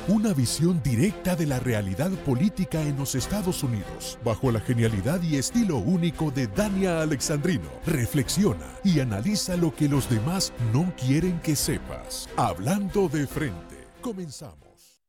Una visión directa de la realidad política en los Estados Unidos, bajo la genialidad y estilo único de Dania Alexandrino. Reflexiona y analiza lo que los demás no quieren que sepas. Hablando de frente, comenzamos.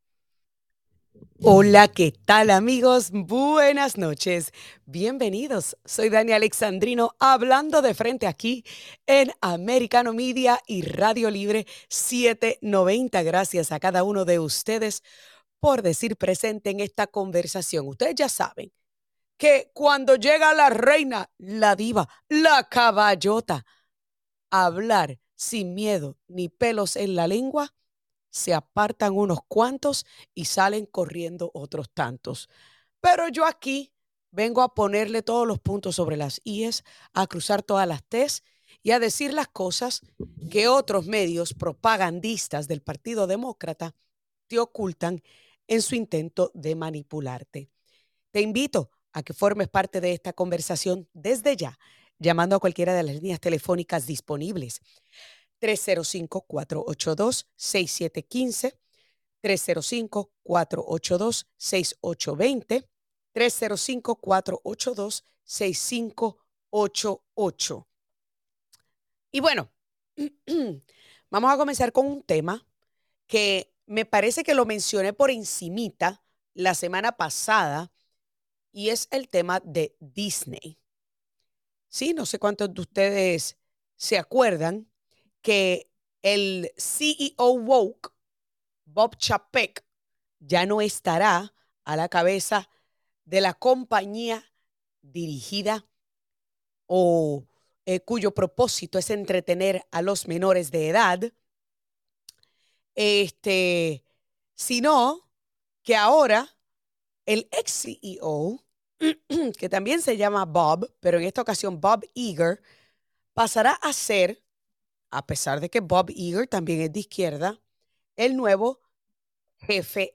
Hola, ¿qué tal amigos? Buenas noches. Bienvenidos. Soy Dania Alexandrino hablando de frente aquí en Americano Media y Radio Libre 790. Gracias a cada uno de ustedes por decir presente en esta conversación. Ustedes ya saben que cuando llega la reina, la diva, la caballota, a hablar sin miedo ni pelos en la lengua, se apartan unos cuantos y salen corriendo otros tantos. Pero yo aquí vengo a ponerle todos los puntos sobre las íes, a cruzar todas las T's y a decir las cosas que otros medios propagandistas del Partido Demócrata te ocultan en su intento de manipularte. Te invito a que formes parte de esta conversación desde ya, llamando a cualquiera de las líneas telefónicas disponibles. 305-482-6715, 305-482-6820, 305-482-6588. Y bueno, vamos a comenzar con un tema que me parece que lo mencioné por encimita la semana pasada y es el tema de Disney. Sí, no sé cuántos de ustedes se acuerdan que el CEO woke, Bob Chapek, ya no estará a la cabeza de la compañía dirigida o cuyo propósito es entretener a los menores de edad, sino que ahora el ex CEO, que también se llama Bob, pero en esta ocasión Bob Iger, pasará a ser, a pesar de que Bob Iger también es de izquierda, el nuevo jefe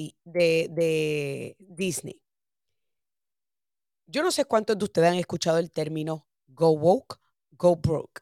de Disney. Yo no sé cuántos de ustedes han escuchado el término go woke, go broke.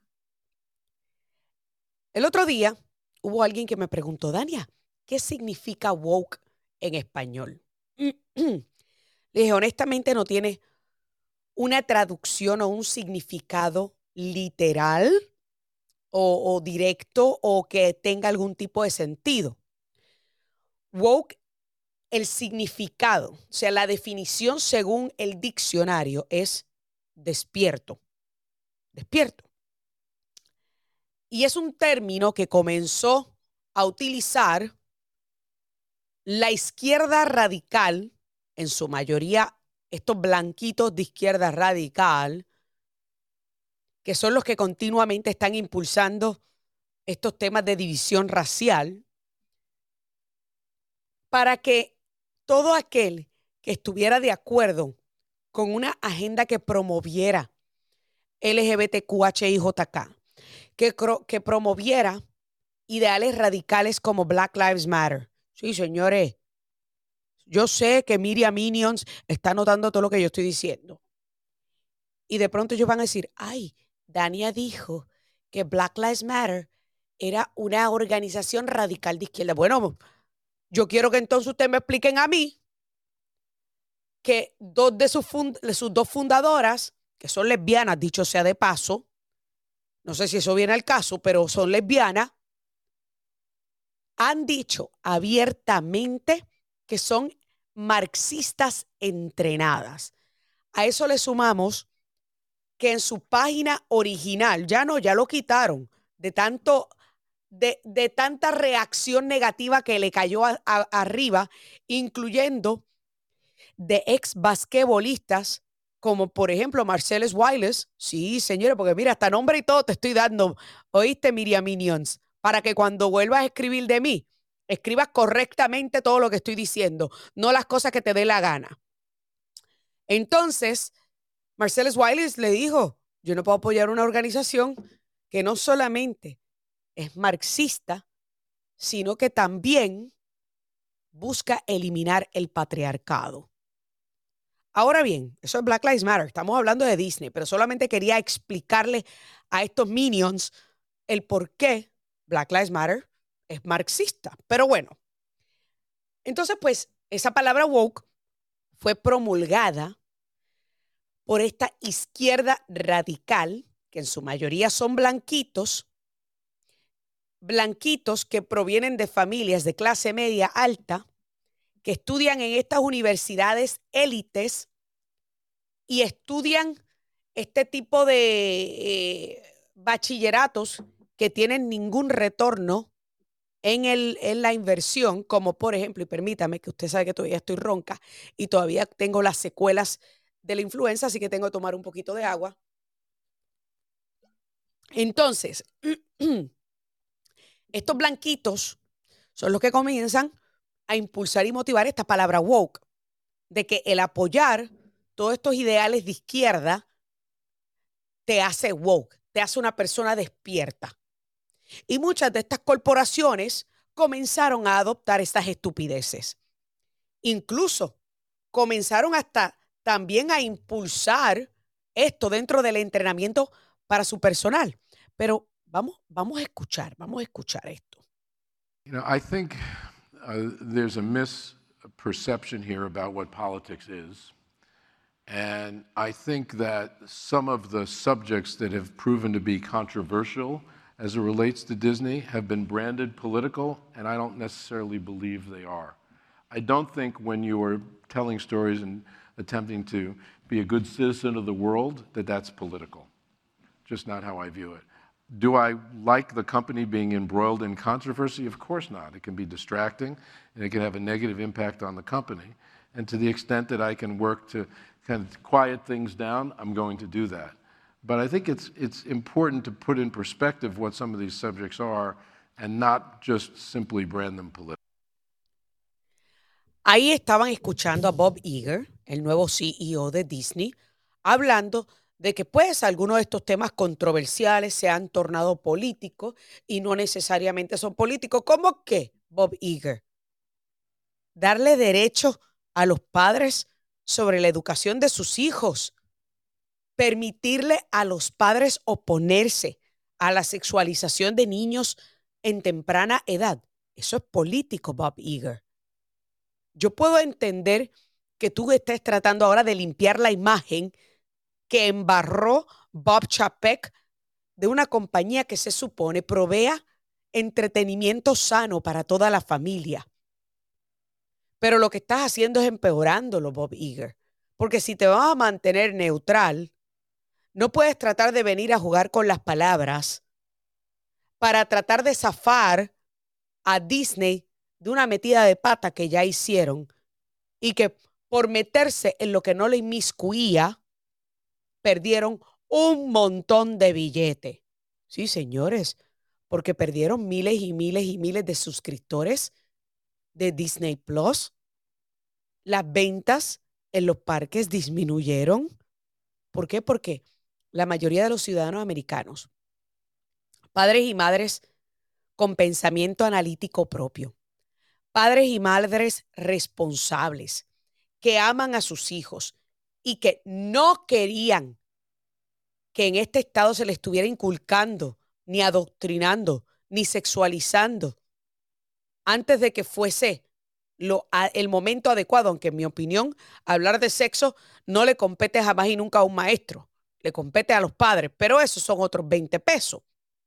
El otro día hubo alguien que me preguntó, Dania, ¿qué significa woke en español? Le dije, honestamente no tiene una traducción o un significado literal o directo o que tenga algún tipo de sentido. Woke, el significado, o sea, la definición según el diccionario es despierto, despierto. Y es un término que comenzó a utilizar la izquierda radical, en su mayoría estos blanquitos de izquierda radical, que son los que continuamente están impulsando estos temas de división racial, para que todo aquel que estuviera de acuerdo con una agenda que promoviera LGBTQHIJK, que promoviera ideales radicales como Black Lives Matter. Sí, señores, yo sé que Miriam Minions está notando todo lo que yo estoy diciendo. Y de pronto ellos van a decir, ay, Dania dijo que Black Lives Matter era una organización radical de izquierda. Bueno, yo quiero que entonces ustedes me expliquen a mí que dos de sus dos fundadoras, que son lesbianas, dicho sea de paso, no sé si eso viene al caso, pero son lesbianas, han dicho abiertamente que son marxistas entrenadas. A eso le sumamos que en su página original, ya lo quitaron, de tanta reacción negativa que le cayó arriba, incluyendo de ex basquetbolistas, como por ejemplo Marcellus Wallace. Sí, señores, porque mira, hasta nombre y todo te estoy dando. ¿Oíste, Miriam Minions? Para que cuando vuelvas a escribir de mí, escribas correctamente todo lo que estoy diciendo, no las cosas que te dé la gana. Entonces, Marcellus Wallace le dijo, yo no puedo apoyar una organización que no solamente es marxista, sino que también busca eliminar el patriarcado. Ahora bien, eso es Black Lives Matter, estamos hablando de Disney, pero solamente quería explicarle a estos minions el por qué Black Lives Matter es marxista. Pero bueno, Entonces, pues, esa palabra woke fue promulgada por esta izquierda radical, que en su mayoría son blanquitos que provienen de familias de clase media alta, que estudian en estas universidades élites y estudian este tipo de bachilleratos que tienen ningún retorno en la inversión, como por ejemplo, y permítame que usted sabe que todavía estoy ronca y todavía tengo las secuelas de la influenza, así que tengo que tomar un poquito de agua. Entonces, estos blanquitos son los que comienzan a impulsar y motivar esta palabra woke, de que el apoyar todos estos ideales de izquierda te hace woke, te hace una persona despierta. Y muchas de estas corporaciones comenzaron a adoptar estas estupideces. Incluso comenzaron hasta también a impulsar esto dentro del entrenamiento para su personal. Pero vamos a escuchar esto. You know, I think there's a misperception here about what politics is. And I think that some of the subjects that have proven to be controversial as it relates to Disney have been branded political, and I don't necessarily believe they are. I don't think when you are telling stories and attempting to be a good citizen of the world that that's political. Just not how I view it. Do I like the company being embroiled in controversy? Of course not. It can be distracting, and it can have a negative impact on the company. And to the extent that I can work to kind of quiet things down, I'm going to do that. But I think it's important to put in perspective what some of these subjects are and not just simply brand them political. Ahí estaban escuchando a Bob Iger, el nuevo CEO de Disney, hablando de que pues algunos de estos temas controversiales se han tornado políticos y no necesariamente son políticos. ¿Cómo qué, Bob Iger? Darle derecho a los padres sobre la educación de sus hijos. Permitirle a los padres oponerse a la sexualización de niños en temprana edad. Eso es político, Bob Iger. Yo puedo entender que tú estés tratando ahora de limpiar la imagen que embarró Bob Chapek de una compañía que se supone provea entretenimiento sano para toda la familia. Pero lo que estás haciendo es empeorándolo, Bob Iger. Porque si te vas a mantener neutral, no puedes tratar de venir a jugar con las palabras para tratar de zafar a Disney de una metida de pata que ya hicieron y que por meterse en lo que no le inmiscuía, perdieron un montón de billete. Sí, señores, porque perdieron miles y miles y miles de suscriptores de Disney Plus. Las ventas en los parques disminuyeron. ¿Por qué? Porque la mayoría de los ciudadanos americanos, padres y madres con pensamiento analítico propio, padres y madres responsables que aman a sus hijos y que no querían que en este estado se les estuviera inculcando, ni adoctrinando, ni sexualizando antes de que fuese el momento adecuado, aunque en mi opinión hablar de sexo no le compete jamás y nunca a un maestro, le compete a los padres, pero esos son otros 20 pesos.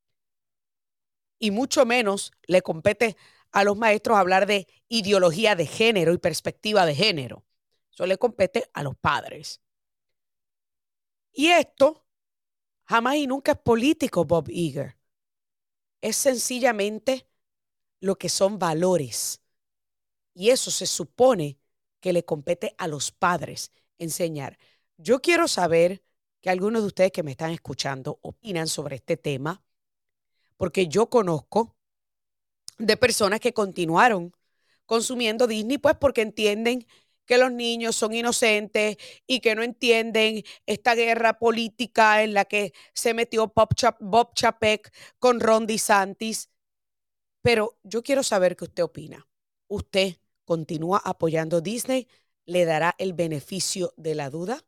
Y mucho menos le compete a los maestros hablar de ideología de género y perspectiva de género. Eso le compete a los padres. Y esto jamás y nunca es político, Bob Iger. Es sencillamente lo que son valores. Y eso se supone que le compete a los padres enseñar. Yo quiero saber que algunos de ustedes que me están escuchando opinan sobre este tema, porque yo conozco de personas que continuaron consumiendo Disney, pues porque entienden que los niños son inocentes y que no entienden esta guerra política en la que se metió Bob Chapek con Ron DeSantis. Pero yo quiero saber qué usted opina. ¿Usted continúa apoyando Disney? ¿Le dará el beneficio de la duda?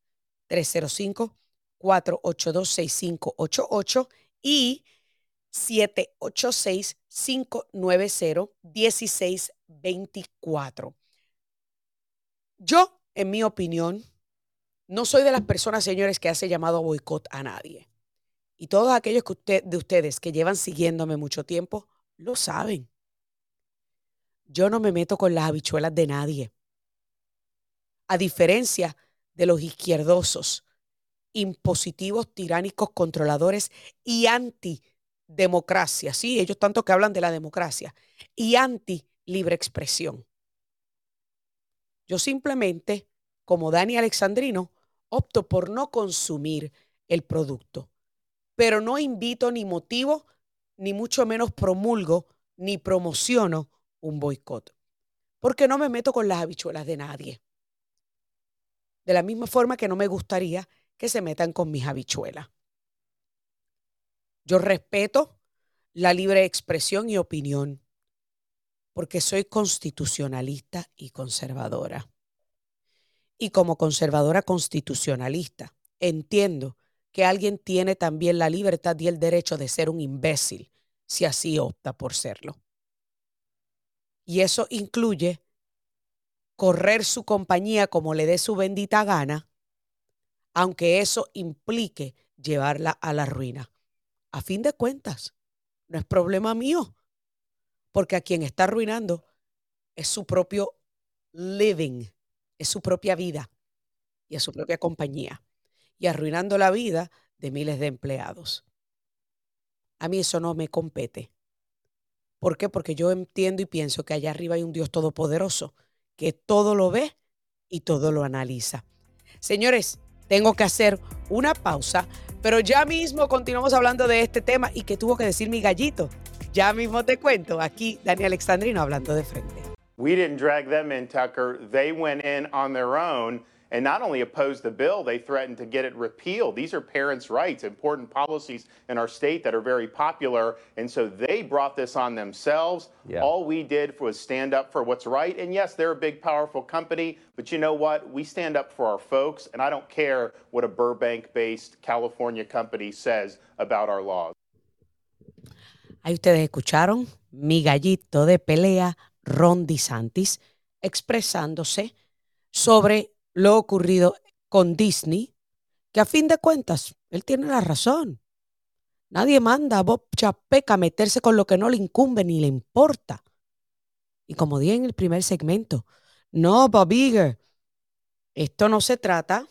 305-482-6588 y 786-590-1620. 2024. Yo, en mi opinión, no soy de las personas, señores, que hace llamado a boicot a nadie. Y todos aquellos de ustedes que llevan siguiéndome mucho tiempo, lo saben. Yo no me meto con las habichuelas de nadie. A diferencia de los izquierdosos, impositivos, tiránicos, controladores y antidemocracia. Sí, ellos tanto que hablan de la democracia y anti-libre expresión. Yo simplemente, como Dani Alexandrino, opto por no consumir el producto, pero no invito ni motivo, ni mucho menos promulgo, ni promociono un boicot, porque no me meto con las habichuelas de nadie. De la misma forma que no me gustaría que se metan con mis habichuelas. Yo respeto la libre expresión y opinión, porque soy constitucionalista y conservadora. Y como conservadora constitucionalista, entiendo que alguien tiene también la libertad y el derecho de ser un imbécil, si así opta por serlo. Y eso incluye correr su compañía como le dé su bendita gana, aunque eso implique llevarla a la ruina. A fin de cuentas, no es problema mío, porque a quien está arruinando es su propio living, es su propia vida y es su propia compañía, y arruinando la vida de miles de empleados. A mí eso no me compete. ¿Por qué? Porque yo entiendo y pienso que allá arriba hay un Dios todopoderoso que todo lo ve y todo lo analiza. Señores, tengo que hacer una pausa, pero ya mismo continuamos hablando de este tema y que tuvo que decir mi gallito. Ya mismo te cuento, aquí Dani Alexandrino hablando de frente. We didn't drag them in, Tucker. They went in on their own and not only opposed the bill, they threatened to get it repealed. These are parents' rights, important policies in our state that are very popular. And so they brought this on themselves. Yeah. All we did was stand up for what's right. And yes, they're a big, powerful company, but you know what? We stand up for our folks, and I don't care what a Burbank-based California company says about our laws. Ahí ustedes escucharon mi gallito de pelea, Ron DeSantis, expresándose sobre lo ocurrido con Disney, que a fin de cuentas, él tiene la razón. Nadie manda a Bob Chapek a meterse con lo que no le incumbe ni le importa. Y como dije en el primer segmento, no, Bob Iger, esto no se trata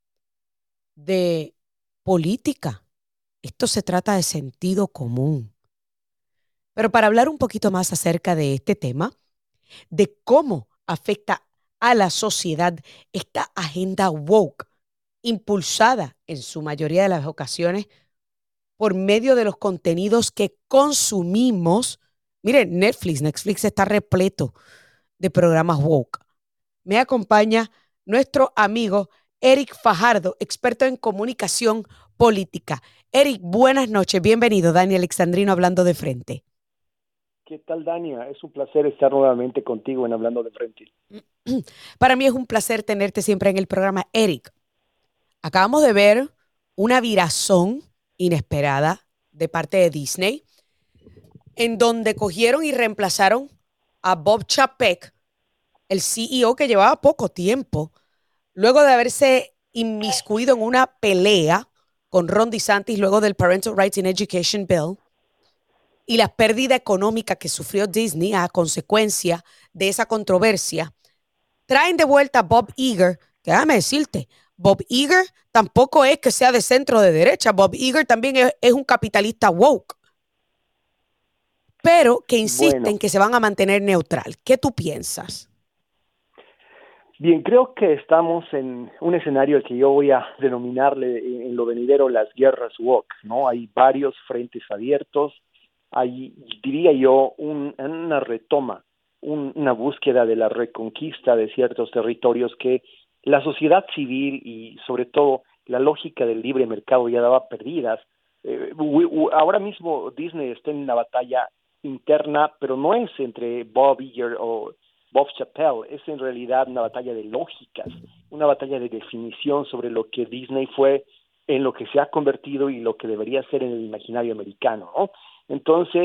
de política, esto se trata de sentido común. Pero para hablar un poquito más acerca de este tema, de cómo afecta a la sociedad esta agenda woke, impulsada en su mayoría de las ocasiones por medio de los contenidos que consumimos. Miren, Netflix está repleto de programas woke. Me acompaña nuestro amigo Eric Fajardo, experto en comunicación política. Eric, buenas noches, bienvenido. Dani Alexandrino hablando de frente. ¿Qué tal, Dania? Es un placer estar nuevamente contigo en Hablando de Frente. Para mí es un placer tenerte siempre en el programa. Eric, acabamos de ver una virazón inesperada de parte de Disney, en donde cogieron y reemplazaron a Bob Chapek, el CEO que llevaba poco tiempo, luego de haberse inmiscuido en una pelea con Ron DeSantis luego del Parental Rights in Education Bill, y la pérdida económica que sufrió Disney a consecuencia de esa controversia. Traen de vuelta a Bob Iger, que déjame decirte, Bob Iger tampoco es que sea de centro de derecha. Bob Iger también es un capitalista woke, pero que insisten que se van a mantener neutral. ¿Qué tú piensas? Bien, creo que estamos en un escenario que yo voy a denominarle en lo venidero las guerras woke, ¿no? Hay varios frentes abiertos. Hay, diría yo, una retoma, una búsqueda de la reconquista de ciertos territorios que la sociedad civil y sobre todo la lógica del libre mercado ya daba perdidas. Ahora mismo Disney está en una batalla interna, pero no es entre Bob Iger o Bob Chappelle, es en realidad una batalla de lógicas, una batalla de definición sobre lo que Disney fue, en lo que se ha convertido y lo que debería ser en el imaginario americano, ¿no? Entonces,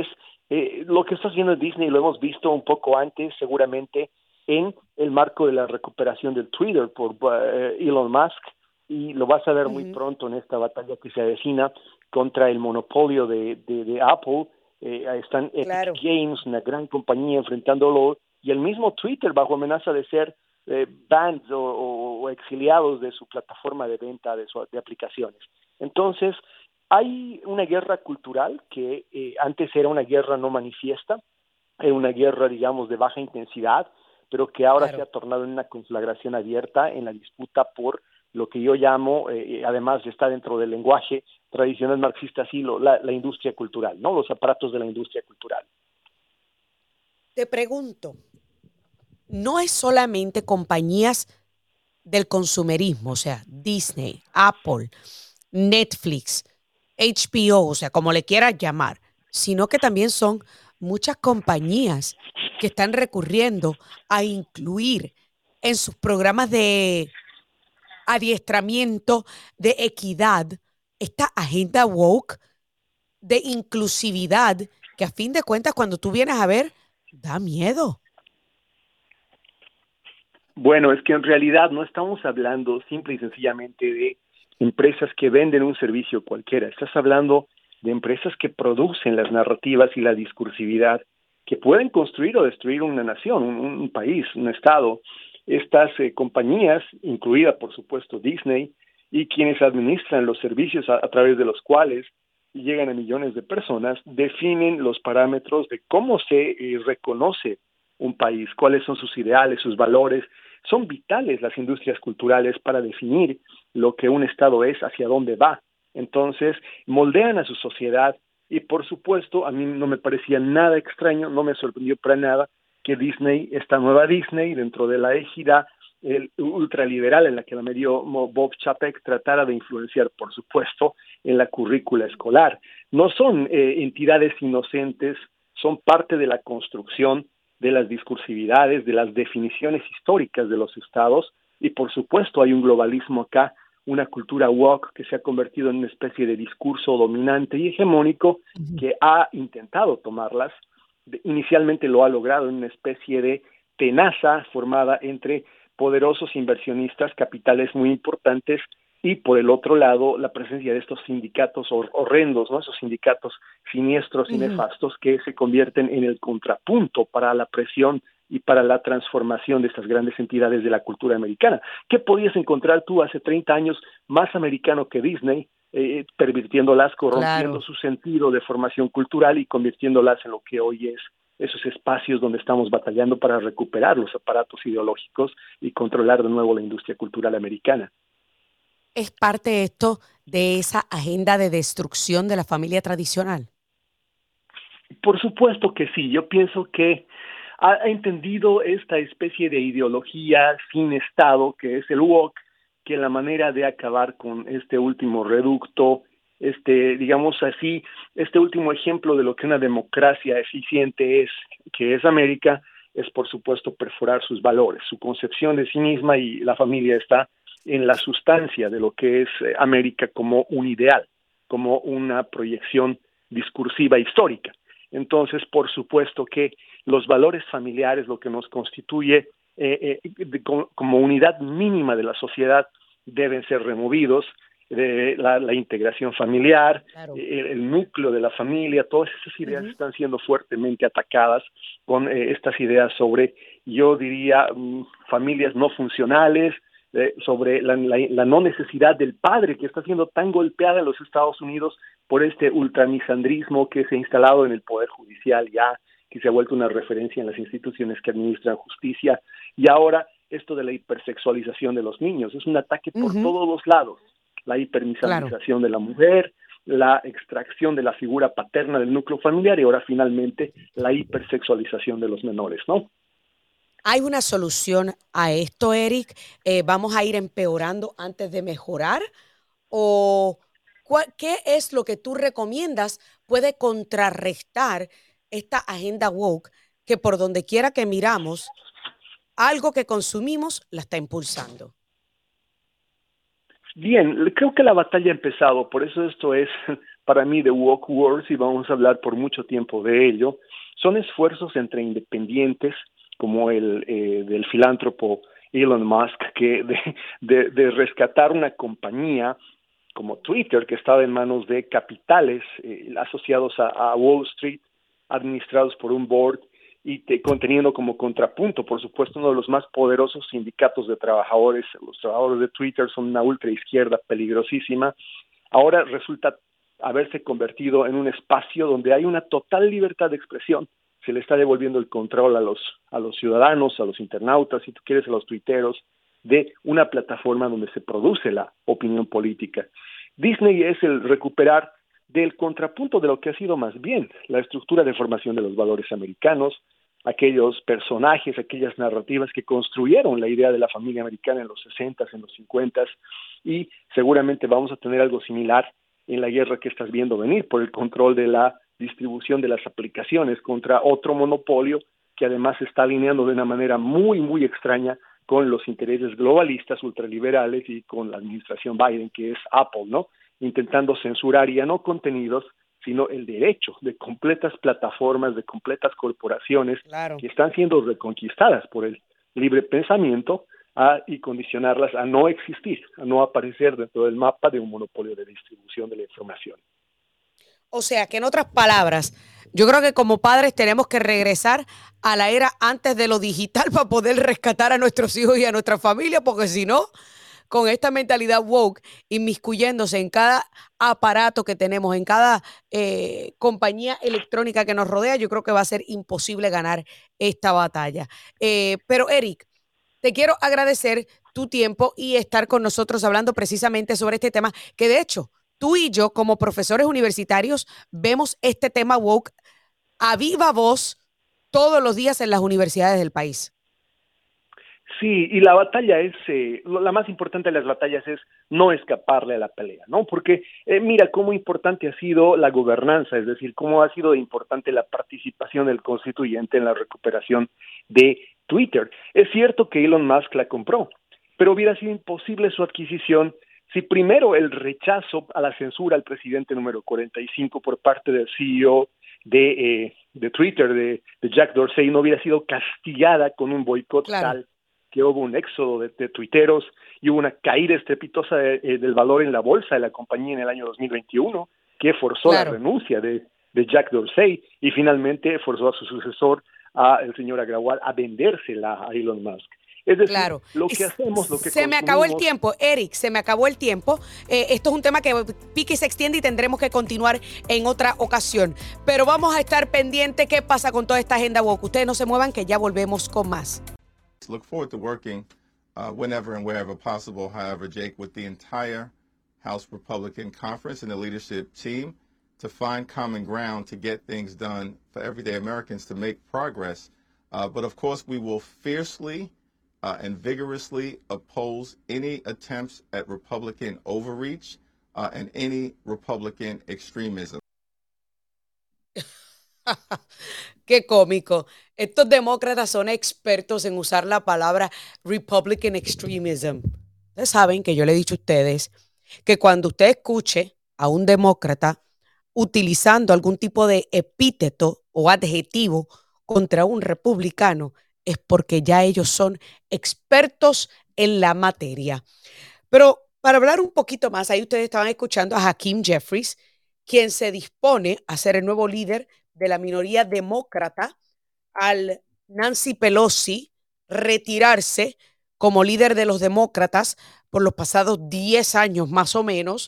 Lo que está haciendo Disney lo hemos visto un poco antes, seguramente, en el marco de la recuperación del Twitter por Elon Musk, y lo vas a ver muy Ujú. pronto en esta batalla que se avecina contra el monopolio de Apple. Están Epic Claro. Games, una gran compañía, enfrentándolo, y el mismo Twitter bajo amenaza de ser banned o exiliados de su plataforma de venta de aplicaciones. Entonces, hay una guerra cultural que antes era una guerra no manifiesta, una guerra, digamos, de baja intensidad, pero que ahora se Claro. ha tornado en una conflagración abierta en la disputa por lo que yo llamo, además está dentro del lenguaje tradicional marxista, así la industria cultural, ¿no? Los aparatos de la industria cultural. Te pregunto, no es solamente compañías del consumerismo, o sea, Disney, Apple, Netflix, HBO, o sea, como le quieras llamar, sino que también son muchas compañías que están recurriendo a incluir en sus programas de adiestramiento, de equidad, esta agenda woke de inclusividad, que a fin de cuentas cuando tú vienes a ver, da miedo. Bueno, es que en realidad no estamos hablando simple y sencillamente de empresas que venden un servicio cualquiera. Estás hablando de empresas que producen las narrativas y la discursividad que pueden construir o destruir una nación, un país, un estado. Estas compañías, incluida por supuesto Disney, y quienes administran los servicios a través de los cuales llegan a millones de personas, definen los parámetros de cómo se reconoce un país, cuáles son sus ideales, sus valores. Son vitales las industrias culturales para definir lo que un Estado es, hacia dónde va. Entonces, moldean a su sociedad y, por supuesto, a mí no me parecía nada extraño, no me sorprendió para nada que Disney, esta nueva Disney, dentro de la égida ultraliberal en la que la medió Bob Chapek, tratara de influenciar, por supuesto, en la currícula escolar. No son entidades inocentes, son parte de la construcción de las discursividades, de las definiciones históricas de los estados, y por supuesto hay un globalismo acá, una cultura woke que se ha convertido en una especie de discurso dominante y hegemónico que ha intentado tomarlas. Inicialmente lo ha logrado en una especie de tenaza formada entre poderosos inversionistas, capitales muy importantes, y por el otro lado la presencia de estos sindicatos horrendos, ¿no? Esos sindicatos siniestros y Ujú. nefastos que se convierten en el contrapunto para la presión y para la transformación de estas grandes entidades de la cultura americana. ¿Qué podías encontrar tú hace 30 años más americano que Disney, pervirtiéndolas, corrompiendo Claro. su sentido de formación cultural y convirtiéndolas en lo que hoy es esos espacios donde estamos batallando para recuperar los aparatos ideológicos y controlar de nuevo la industria cultural americana? ¿Es parte esto de esa agenda de destrucción de la familia tradicional? Por supuesto que sí, yo pienso que ha entendido esta especie de ideología sin Estado, que es el woke, que la manera de acabar con este último reducto, digamos así, este último ejemplo de lo que una democracia eficiente es, que es América, es por supuesto perforar sus valores, su concepción de sí misma, y la familia está en la sustancia de lo que es América como un ideal, como una proyección discursiva histórica. Entonces, por supuesto que los valores familiares, lo que nos constituye como unidad mínima de la sociedad, deben ser removidos. La integración familiar, Claro. el núcleo de la familia, todas esas ideas Ujú. están siendo fuertemente atacadas con estas ideas sobre, yo diría, familias no funcionales, sobre la no necesidad del padre, que está siendo tan golpeada en los Estados Unidos por este ultramisandrismo que se ha instalado en el Poder Judicial ya, que se ha vuelto una referencia en las instituciones que administran justicia, y ahora esto de la hipersexualización de los niños. Es un ataque por Ujú. todos los lados. La Claro. hipermisandrización de la mujer, la extracción de la figura paterna del núcleo familiar, y ahora finalmente la hipersexualización de los menores, ¿no? ¿Hay una solución a esto, Eric? ¿Vamos a ir empeorando antes de mejorar? ¿O qué es lo que tú recomiendas puede contrarrestar esta agenda woke que por donde quiera que miramos, algo que consumimos la está impulsando? Bien, creo que la batalla ha empezado, por eso esto es para mí, de woke wars, y vamos a hablar por mucho tiempo de ello, son esfuerzos entre independientes, como el del filántropo Elon Musk, que de rescatar una compañía como Twitter, que estaba en manos de capitales asociados a Wall Street, administrados por un board y conteniendo como contrapunto, por supuesto, uno de los más poderosos sindicatos de trabajadores. Los trabajadores de Twitter son una ultraizquierda peligrosísima. Ahora resulta haberse convertido en un espacio donde hay una total libertad de expresión. Se le está devolviendo el control a los ciudadanos, a los internautas, si tú quieres, a los tuiteros, de una plataforma donde se produce la opinión política. Disney es el recuperar del contrapunto de lo que ha sido más bien la estructura de formación de los valores americanos, aquellos personajes, aquellas narrativas que construyeron la idea de la familia americana en los 60s, en los 50s, y seguramente vamos a tener algo similar en la guerra que estás viendo venir por el control de la distribución de las aplicaciones contra otro monopolio que además se está alineando de una manera muy, muy extraña con los intereses globalistas, ultraliberales y con la administración Biden, que es Apple, ¿no? Intentando censurar ya no contenidos, sino el derecho de completas plataformas, de completas corporaciones Claro. que están siendo reconquistadas por el libre pensamiento y condicionarlas a no existir, a no aparecer dentro del mapa de un monopolio de distribución de la información. O sea, que en otras palabras, yo creo que como padres tenemos que regresar a la era antes de lo digital para poder rescatar a nuestros hijos y a nuestra familia, porque si no, con esta mentalidad woke, inmiscuyéndose en cada aparato que tenemos, en cada compañía electrónica que nos rodea, yo creo que va a ser imposible ganar esta batalla. Pero Eric, te quiero agradecer tu tiempo y estar con nosotros hablando precisamente sobre este tema, que de hecho, tú y yo como profesores universitarios vemos este tema woke a viva voz todos los días en las universidades del país. Sí, y la batalla es, la más importante de las batallas es no escaparle a la pelea, ¿no? Porque mira cómo importante ha sido la gobernanza, es decir, cómo ha sido importante la participación del constituyente en la recuperación de Twitter. Es cierto que Elon Musk la compró, pero hubiera sido imposible su adquisición si primero el rechazo a la censura al presidente número 45 por parte del CEO de Twitter, de Jack Dorsey, no hubiera sido castigada con un boicot tal que hubo un éxodo de tuiteros y hubo una caída estrepitosa del valor en la bolsa de la compañía en el año 2021 que forzó la renuncia de Jack Dorsey y finalmente forzó a su sucesor, el señor Agrawal, a vendérsela a Elon Musk. Es decir, lo que hacemos, lo que se me acabó el tiempo, Eric, se me acabó el tiempo. Esto es un tema que pique y se extiende y tendremos que continuar en otra ocasión. Pero vamos a estar pendientes qué pasa con toda esta agenda woke. Ustedes no se muevan que ya volvemos con más. Look forward to working whenever and wherever possible, however, Jake, with the entire House Republican Conference and the leadership team to find common ground to get things done for everyday Americans to make progress. But of course, we will fiercely and vigorously oppose any attempts at Republican overreach and any Republican extremism. Qué cómico. Estos demócratas son expertos en usar la palabra Republican extremism. Ustedes saben que yo le he dicho a ustedes que cuando usted escuche a un demócrata utilizando algún tipo de epíteto o adjetivo contra un republicano, es porque ya ellos son expertos en la materia. Pero para hablar un poquito más, ahí ustedes estaban escuchando a Hakeem Jeffries, quien se dispone a ser el nuevo líder de la minoría demócrata al Nancy Pelosi retirarse como líder de los demócratas por los pasados 10 años más o menos.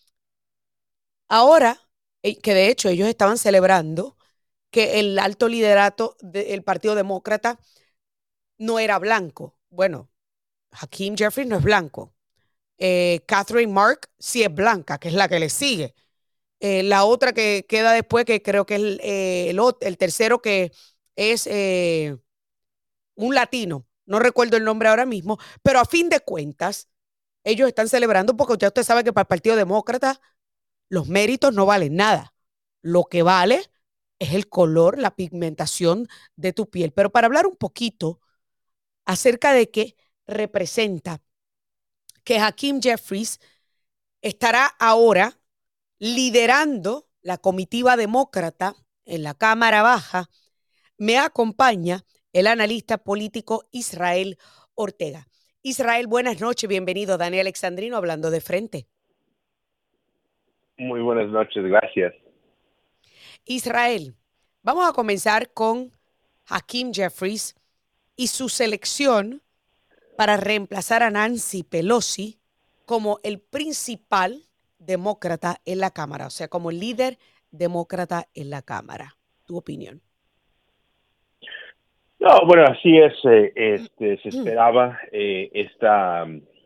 Ahora, que de hecho ellos estaban celebrando que el alto liderato del Partido Demócrata no era blanco. Bueno, Hakeem Jeffries no es blanco. Catherine Mark sí es blanca, que es la que le sigue. La otra que queda después, que creo que es el tercero, que es un latino. No recuerdo el nombre ahora mismo, pero a fin de cuentas, ellos están celebrando porque ya usted sabe que para el Partido Demócrata los méritos no valen nada. Lo que vale es el color, la pigmentación de tu piel. Pero para hablar un poquito acerca de qué representa que Hakeem Jeffries estará ahora liderando la comitiva demócrata en la Cámara Baja, me acompaña el analista político Israel Ortega. Israel, buenas noches, bienvenido. Daniel Alexandrino hablando de frente. Muy buenas noches, gracias. Israel, vamos a comenzar con Hakeem Jeffries y su selección para reemplazar a Nancy Pelosi como el principal demócrata en la Cámara, o sea, como líder demócrata en la Cámara. ¿Tu opinión? No, bueno, así es. Se esperaba esta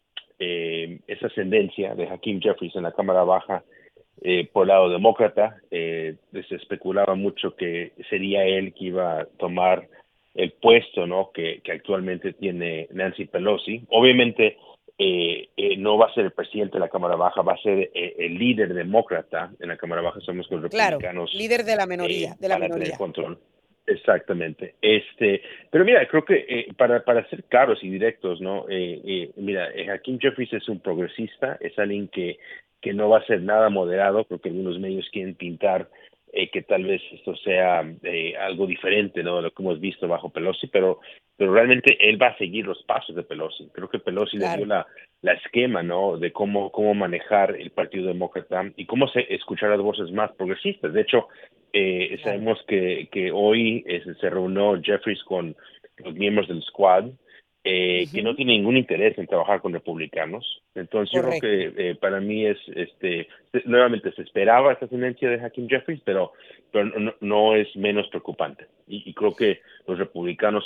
ascendencia de Hakeem Jeffries en la Cámara Baja por el lado demócrata. Se especulaba mucho que sería él que iba a tomar el puesto, ¿no?, que actualmente tiene Nancy Pelosi. Obviamente no va a ser el presidente de la Cámara Baja, va a ser el líder demócrata en la Cámara Baja. Somos los republicanos. Claro, líder de la minoría. Van a tener control. Exactamente. Pero mira, creo que para ser claros y directos, ¿no? Mira, Hakeem Jeffries es un progresista, es alguien que no va a ser nada moderado, porque algunos medios quieren pintar que tal vez esto sea algo diferente, ¿no?, de lo que hemos visto bajo Pelosi, pero realmente él va a seguir los pasos de Pelosi. Creo que Pelosi le dio la esquema, ¿no?, de cómo manejar el Partido Demócrata y cómo escuchar las voces más progresistas. De hecho, sabemos que hoy se reunió Jeffries con los miembros del Squad, que no tiene ningún interés en trabajar con republicanos. Entonces yo creo que para mí nuevamente se esperaba esta tendencia de Hakeem Jeffries, pero no es menos preocupante. Y creo que los republicanos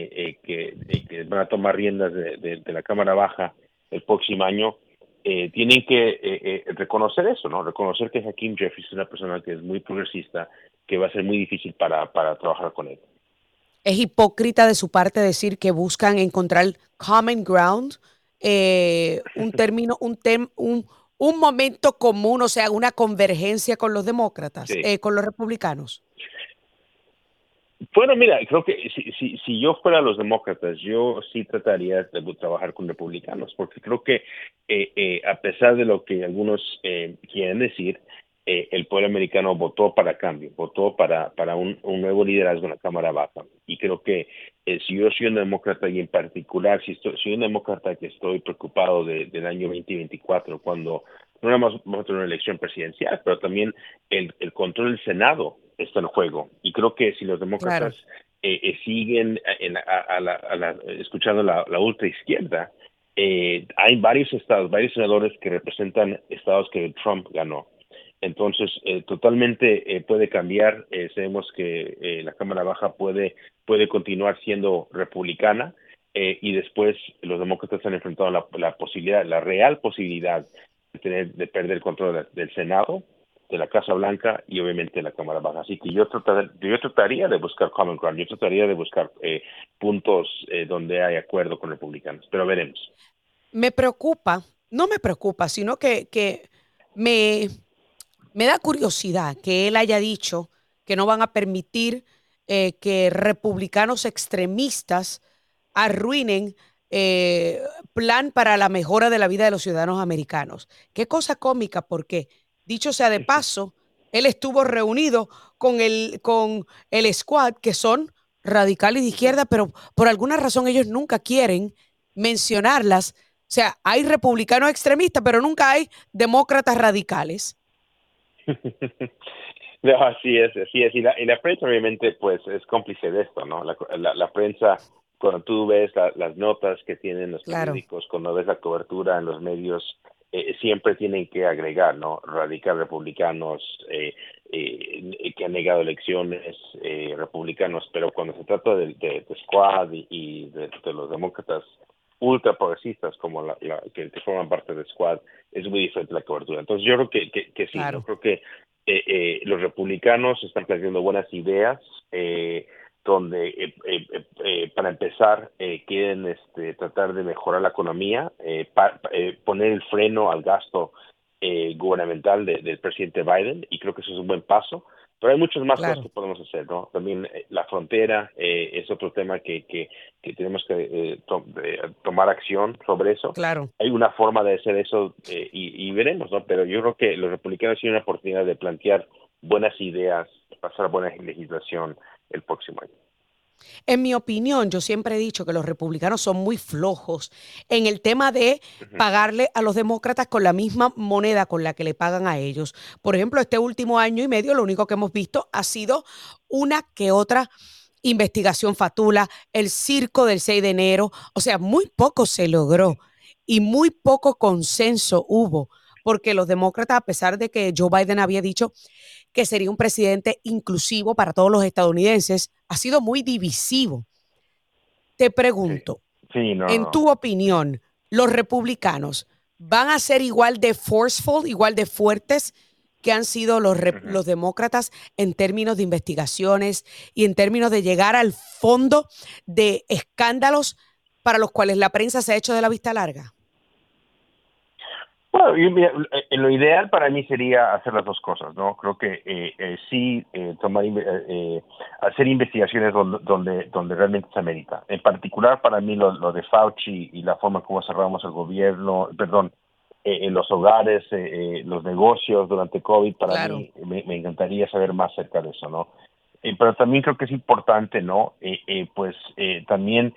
que van a tomar riendas de la Cámara Baja el próximo año tienen que reconocer eso, ¿no? Reconocer que Hakeem Jeffries es una persona que es muy progresista, que va a ser muy difícil para trabajar con él. Es hipócrita de su parte decir que buscan encontrar common ground, un término, un momento común, o sea, una convergencia con los demócratas, Sí. con los republicanos. Bueno, mira, creo que si yo fuera los demócratas, yo sí trataría de trabajar con republicanos, porque creo que a pesar de lo que algunos quieren decir, el pueblo americano votó para cambio, votó para un nuevo liderazgo en la Cámara Baja. Y creo que si yo soy un demócrata, y en particular soy un demócrata que estoy preocupado del año 2024, cuando no nada más vamos a tener una elección presidencial, pero también el control del Senado está en juego. Y creo que si los demócratas siguen escuchando la ultra izquierda, hay varios estados, varios senadores que representan estados que Trump ganó. Entonces, totalmente puede cambiar. Sabemos que la Cámara Baja puede continuar siendo republicana, y después los demócratas han enfrentado la real posibilidad de perder el control del Senado, de la Casa Blanca y obviamente de la Cámara Baja. Así que yo trataría de buscar common ground, yo trataría de buscar puntos donde hay acuerdo con republicanos, pero veremos. Me preocupa, no me preocupa, sino que me da curiosidad que él haya dicho que no van a permitir que republicanos extremistas arruinen plan para la mejora de la vida de los ciudadanos americanos. Qué cosa cómica, porque dicho sea de paso, él estuvo reunido con el squad, que son radicales de izquierda, pero por alguna razón ellos nunca quieren mencionarlas. O sea, hay republicanos extremistas, pero nunca hay demócratas radicales. No, así es. Y la prensa obviamente pues es cómplice de esto, ¿no? La prensa, cuando tú ves las notas que tienen los periódicos, cuando ves la cobertura en los medios, siempre tienen que agregar, ¿no? Radical republicanos, que han negado elecciones, republicanos, pero cuando se trata de Squad y de los demócratas ultra progresistas como que forman parte de Squad, es muy diferente la cobertura. Entonces yo creo que sí, yo creo que los republicanos están planteando buenas ideas, donde para empezar quieren tratar de mejorar la economía, poner el freno al gasto gubernamental del presidente Biden, y creo que eso es un buen paso. Pero hay muchas más cosas Claro. que podemos hacer, ¿no? También la frontera es otro tema que tenemos que tomar acción sobre eso. Claro. Hay una forma de hacer eso y veremos, ¿no? Pero yo creo que los republicanos tienen una oportunidad de plantear buenas ideas, pasar buena legislación el próximo año. En mi opinión, yo siempre he dicho que los republicanos son muy flojos en el tema de pagarle a los demócratas con la misma moneda con la que le pagan a ellos. Por ejemplo, este último año y medio lo único que hemos visto ha sido una que otra investigación fatula, el circo del 6 de enero, o sea, muy poco se logró y muy poco consenso hubo, porque los demócratas, a pesar de que Joe Biden había dicho que sería un presidente inclusivo para todos los estadounidenses, ha sido muy divisivo. Te pregunto, Sí, no, en no. tu opinión, ¿los republicanos van a ser igual de forceful, igual de fuertes que han sido los demócratas en términos de investigaciones y en términos de llegar al fondo de escándalos para los cuales la prensa se ha hecho de la vista larga? Bueno, mira, lo ideal para mí sería hacer las dos cosas, ¿no? Creo que sí hacer investigaciones donde realmente se amerita. En particular, para mí lo de Fauci y la forma como cerramos el gobierno, perdón, en los hogares, los negocios durante COVID, para Claro. mí me encantaría saber más acerca de eso, ¿no? Pero también creo que es importante, ¿no? También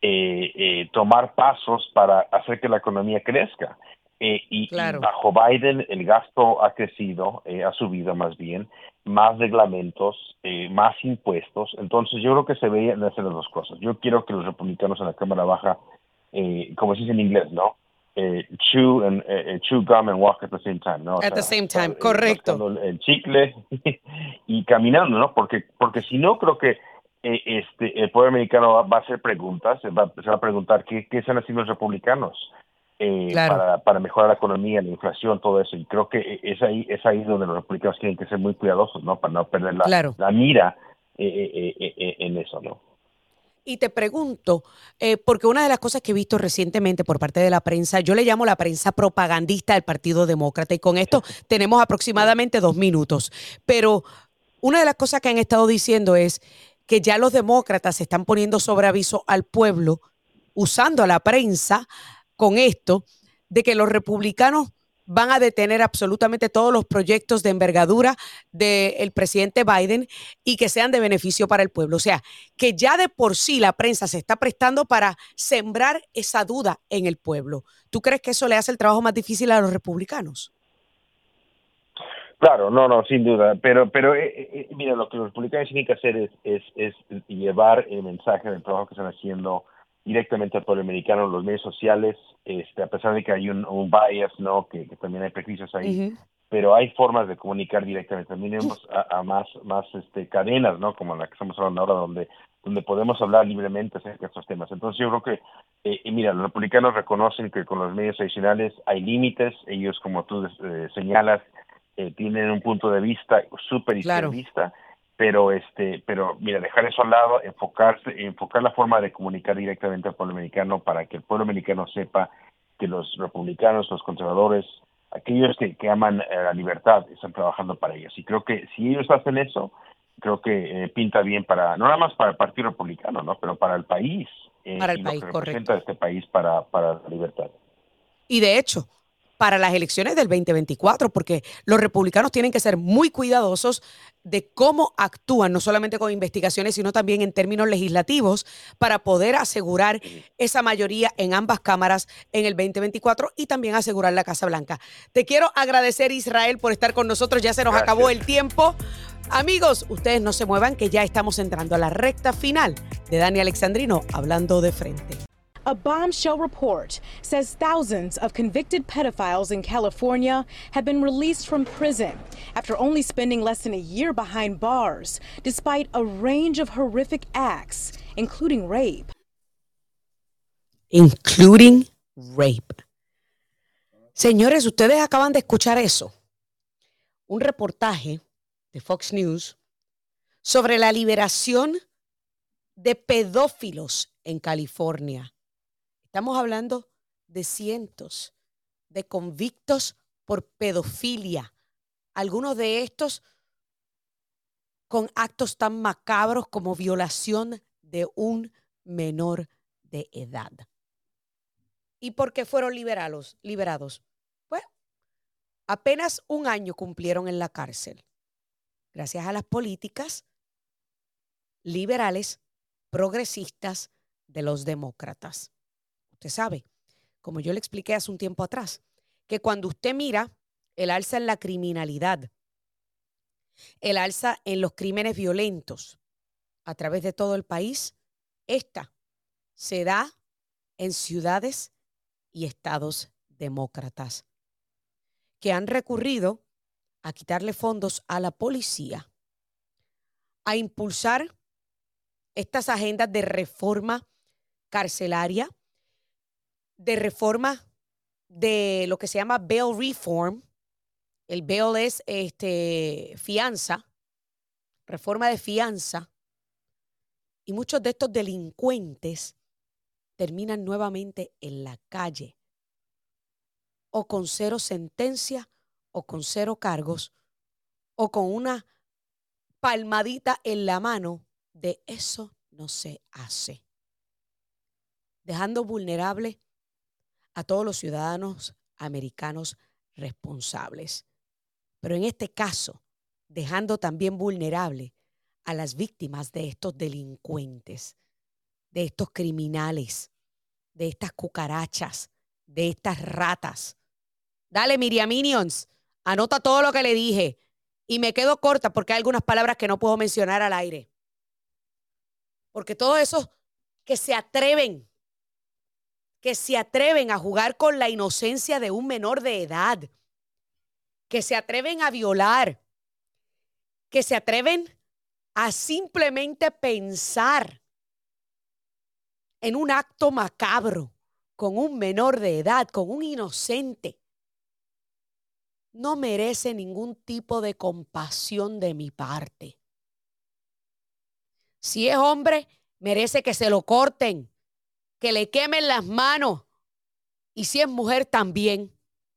tomar pasos para hacer que la economía crezca. Y Claro. bajo Biden el gasto ha crecido, ha subido más bien, más reglamentos, más impuestos. Entonces yo creo que se veían hacer las dos cosas. Yo quiero que los republicanos en la Cámara Baja, como se dice en inglés, ¿no? Chew gum and walk at the same time, ¿no? O At the sea, same time, estar, correcto. mascando el chicle y caminando, ¿no? Porque si no, creo que el pueblo americano va a hacer preguntas, se va a preguntar qué están haciendo los republicanos Claro. para mejorar la economía, la inflación, todo eso. Y creo que es ahí donde los republicanos tienen que ser muy cuidadosos, ¿no? Para no perder Claro. la mira en eso, ¿no? Y te pregunto, porque una de las cosas que he visto recientemente por parte de la prensa, yo le llamo la prensa propagandista del Partido Demócrata, y con esto tenemos aproximadamente 2 minutos, pero una de las cosas que han estado diciendo es que ya los demócratas se están poniendo sobre aviso al pueblo, usando a la prensa con esto, de que los republicanos van a detener absolutamente todos los proyectos de envergadura del presidente Biden y que sean de beneficio para el pueblo. O sea, que ya de por sí la prensa se está prestando para sembrar esa duda en el pueblo. ¿Tú crees que eso le hace el trabajo más difícil a los republicanos? Claro, no, sin duda. Pero mira, lo que los republicanos tienen que hacer es llevar el mensaje del trabajo que están haciendo directamente al pueblo americano, los medios sociales, a pesar de que hay un bias, ¿no? Que también hay prejuicios ahí, pero hay formas de comunicar directamente. También tenemos a más cadenas, ¿no? Como la que estamos hablando ahora, donde podemos hablar libremente acerca de estos temas. Entonces yo creo que, mira, los republicanos reconocen que con los medios tradicionales hay límites. Ellos, como tú señalas, tienen un punto de vista súper izquierdista, pero mira, dejar eso al lado, enfocar la forma de comunicar directamente al pueblo americano para que el pueblo americano sepa que los republicanos, los conservadores, aquellos que aman la libertad, están trabajando para ellos. Y creo que si ellos hacen eso, creo que pinta bien no nada más para el Partido Republicano, ¿no? Pero para el país Para el y lo país, que correcto. representa este país para la libertad. Y de hecho, para las elecciones del 2024, porque los republicanos tienen que ser muy cuidadosos de cómo actúan, no solamente con investigaciones, sino también en términos legislativos, para poder asegurar esa mayoría en ambas cámaras en el 2024 y también asegurar la Casa Blanca. Te quiero agradecer, Israel, por estar con nosotros. Ya se nos acabó el tiempo. Amigos, ustedes no se muevan, que ya estamos entrando a la recta final de Dani Alexandrino Hablando de Frente. A bombshell report says thousands of convicted pedophiles in California have been released from prison after only spending less than a year behind bars, despite a range of horrific acts, including rape. Including rape. Señores, ustedes acaban de escuchar eso. Un reportaje de Fox News sobre la liberación de pedófilos en California. Estamos hablando de cientos de convictos por pedofilia. Algunos de estos con actos tan macabros como violación de un menor de edad. ¿Y por qué fueron liberados? Pues apenas un año cumplieron en la cárcel, gracias a las políticas liberales, progresistas de los demócratas. Usted sabe, como yo le expliqué hace un tiempo atrás, que cuando usted mira el alza en la criminalidad, el alza en los crímenes violentos a través de todo el país, esta se da en ciudades y estados demócratas que han recurrido a quitarle fondos a la policía, a impulsar estas agendas de reforma carcelaria, de reforma de lo que se llama bail reform. El bail es fianza, reforma de fianza. Y muchos de estos delincuentes terminan nuevamente en la calle, o con 0 sentencia, o con 0 cargos, o con una palmadita en la mano de eso no se hace, dejando vulnerable a todos los ciudadanos americanos responsables. Pero en este caso, dejando también vulnerable a las víctimas de estos delincuentes, de estos criminales, de estas cucarachas, de estas ratas. Dale, Miriam Minions, anota todo lo que le dije. Y me quedo corta porque hay algunas palabras que no puedo mencionar al aire. Porque todos esos que se atreven a jugar con la inocencia de un menor de edad, que se atreven a violar, que se atreven a simplemente pensar en un acto macabro con un menor de edad, con un inocente, no merece ningún tipo de compasión de mi parte. Si es hombre, merece que se lo corten, que le quemen las manos. Y si es mujer, también.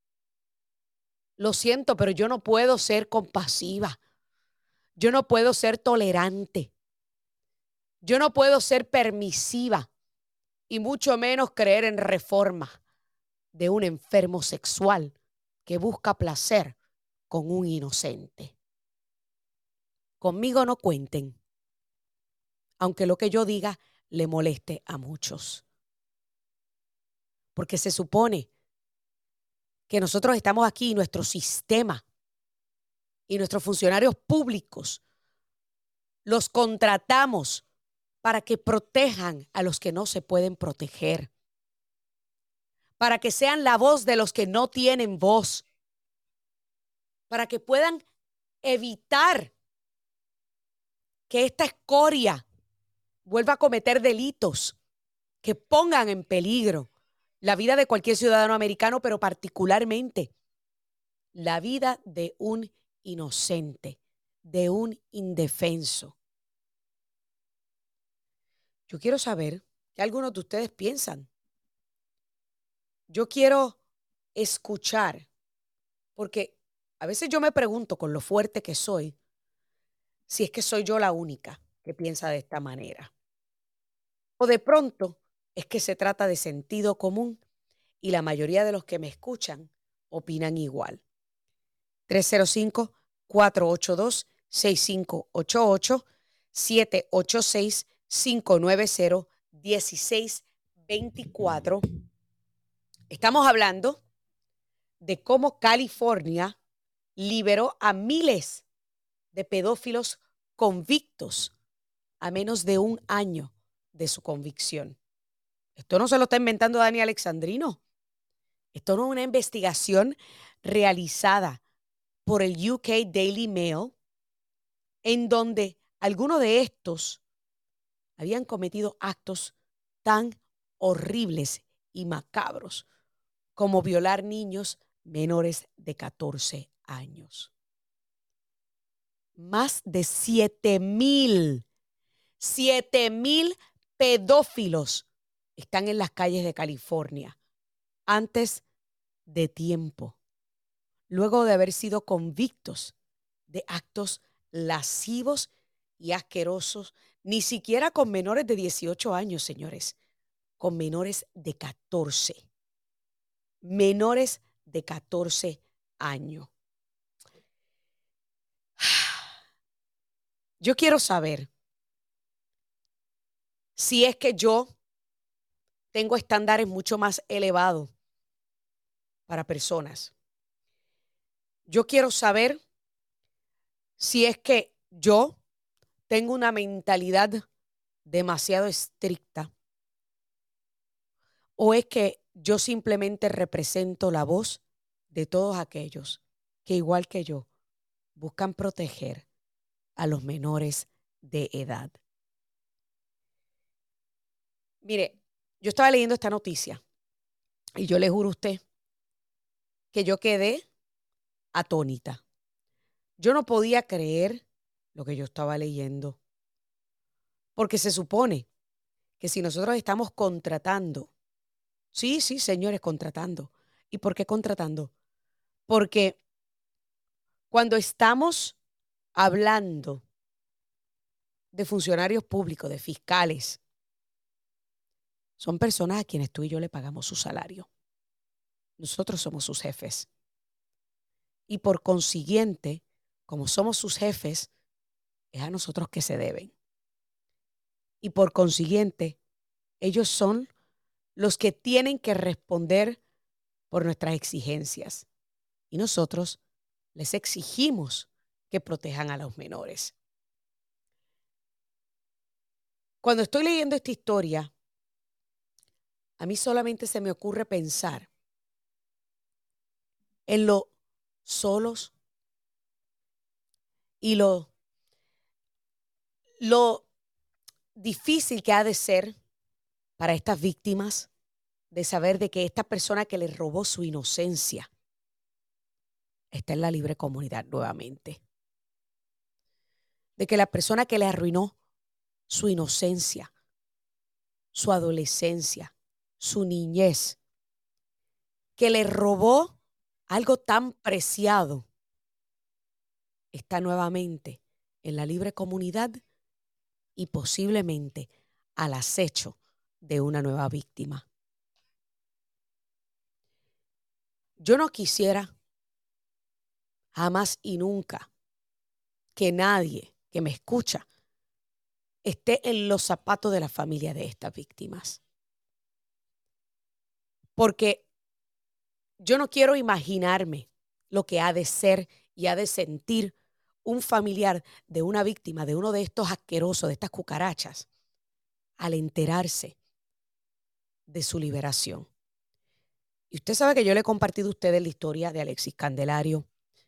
Lo siento, pero yo no puedo ser compasiva. Yo no puedo ser tolerante. Yo no puedo ser permisiva. Y mucho menos creer en reforma de un enfermo sexual que busca placer con un inocente. Conmigo no cuenten, aunque lo que yo diga le moleste a muchos. Porque se supone que nosotros estamos aquí, nuestro sistema y nuestros funcionarios públicos los contratamos para que protejan a los que no se pueden proteger, para que sean la voz de los que no tienen voz, para que puedan evitar que esta escoria vuelva a cometer delitos que pongan en peligro la vida de cualquier ciudadano americano, pero particularmente la vida de un inocente, de un indefenso. Yo quiero saber qué algunos de ustedes piensan. Yo quiero escuchar, porque a veces yo me pregunto, con lo fuerte que soy, si es que soy yo la única que piensa de esta manera. O de pronto es que se trata de sentido común y la mayoría de los que me escuchan opinan igual. 305-482-6588, 786-590-1624. Estamos hablando de cómo California liberó a miles de pedófilos convictos a menos de un año de su convicción. Esto no se lo está inventando Dani Alexandrino. Esto no es una investigación realizada por el UK Daily Mail, en donde algunos de estos habían cometido actos tan horribles y macabros como violar niños menores de 14 años. Más de 7,000 pedófilos están en las calles de California antes de tiempo, luego de haber sido convictos de actos lascivos y asquerosos, ni siquiera con menores de 18 años, señores, con menores de 14. Menores de 14 años. Yo quiero saber si es que yo tengo estándares mucho más elevados para personas. Yo quiero saber si es que yo tengo una mentalidad demasiado estricta o es que yo simplemente represento la voz de todos aquellos que, igual que yo, buscan proteger a los menores de edad. Mire, yo estaba leyendo esta noticia y yo le juro a usted que yo quedé atónita. Yo no podía creer lo que yo estaba leyendo, porque se supone que si nosotros estamos contratando, sí, señores, contratando. ¿Y por qué contratando? Porque cuando estamos hablando de funcionarios públicos, de fiscales, son personas a quienes tú y yo le pagamos su salario. Nosotros somos sus jefes. Y por consiguiente, como somos sus jefes, es a nosotros que se deben. Y por consiguiente, ellos son los que tienen que responder por nuestras exigencias. Y nosotros les exigimos que protejan a los menores. Cuando estoy leyendo esta historia, a mí solamente se me ocurre pensar en lo solos y lo difícil que ha de ser para estas víctimas de saber de que esta persona que les robó su inocencia está en la libre comunidad nuevamente. De que la persona que le arruinó su inocencia, su adolescencia, su niñez, que le robó algo tan preciado, está nuevamente en la libre comunidad y posiblemente al acecho de una nueva víctima. Yo no quisiera jamás y nunca que nadie que me escucha esté en los zapatos de la familia de estas víctimas. Porque yo no quiero imaginarme lo que ha de ser y ha de sentir un familiar de una víctima, de uno de estos asquerosos, de estas cucarachas, al enterarse de su liberación. Y usted sabe que yo le he compartido a ustedes la historia de Alexis Candelario,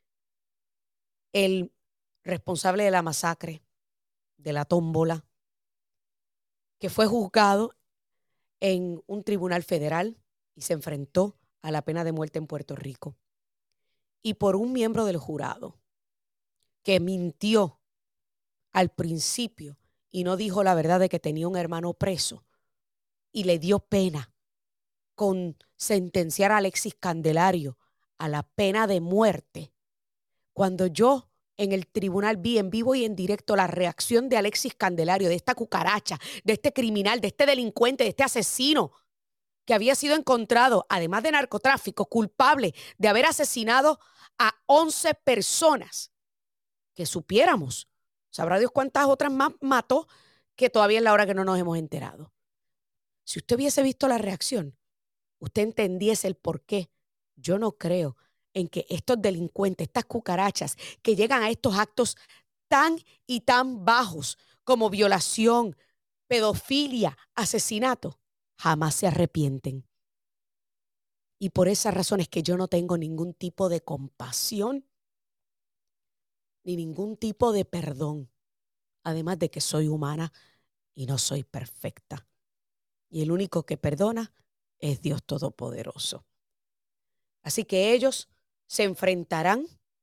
el responsable de la masacre, de la tómbola, que fue juzgado en un tribunal federal y se enfrentó a la pena de muerte en Puerto Rico. Y por un miembro del jurado que mintió al principio y no dijo la verdad de que tenía un hermano preso y le dio pena con sentenciar a Alexis Candelario a la pena de muerte. Cuando yo en el tribunal vi en vivo y en directo la reacción de Alexis Candelario, de esta cucaracha, de este criminal, de este delincuente, de este asesino que había sido encontrado, además de narcotráfico, culpable de haber asesinado a 11 personas, que supiéramos. Sabrá Dios cuántas otras más mató que todavía es la hora que no nos hemos enterado. Si usted hubiese visto la reacción, usted entendiese el por qué. Yo no creo en que estos delincuentes, estas cucarachas que llegan a estos actos tan y tan bajos como violación, pedofilia, asesinato, jamás se arrepienten. Y por esa razón es que yo no tengo ningún tipo de compasión ni ningún tipo de perdón. Además de que soy humana y no soy perfecta. Y el único que perdona es Dios Todopoderoso. Así que ellos se enfrentarán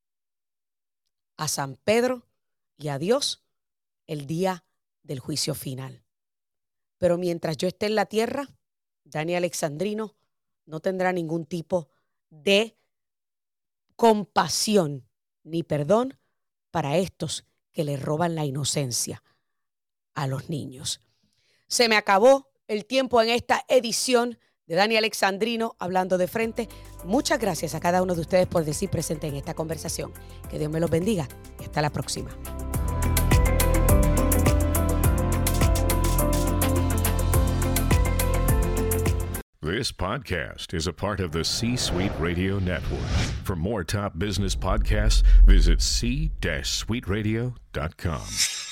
a San Pedro y a Dios el día del juicio final. Pero mientras yo esté en la tierra, Dani Alexandrino no tendrá ningún tipo de compasión ni perdón para estos que le roban la inocencia a los niños. Se me acabó el tiempo en esta edición de Dani Alexandrino hablando de frente. Muchas gracias a cada uno de ustedes por decir presente en esta conversación. Que Dios me los bendiga y hasta la próxima. This podcast is a part of the C-Suite Radio Network. For more top business podcasts, visit c-suiteradio.com.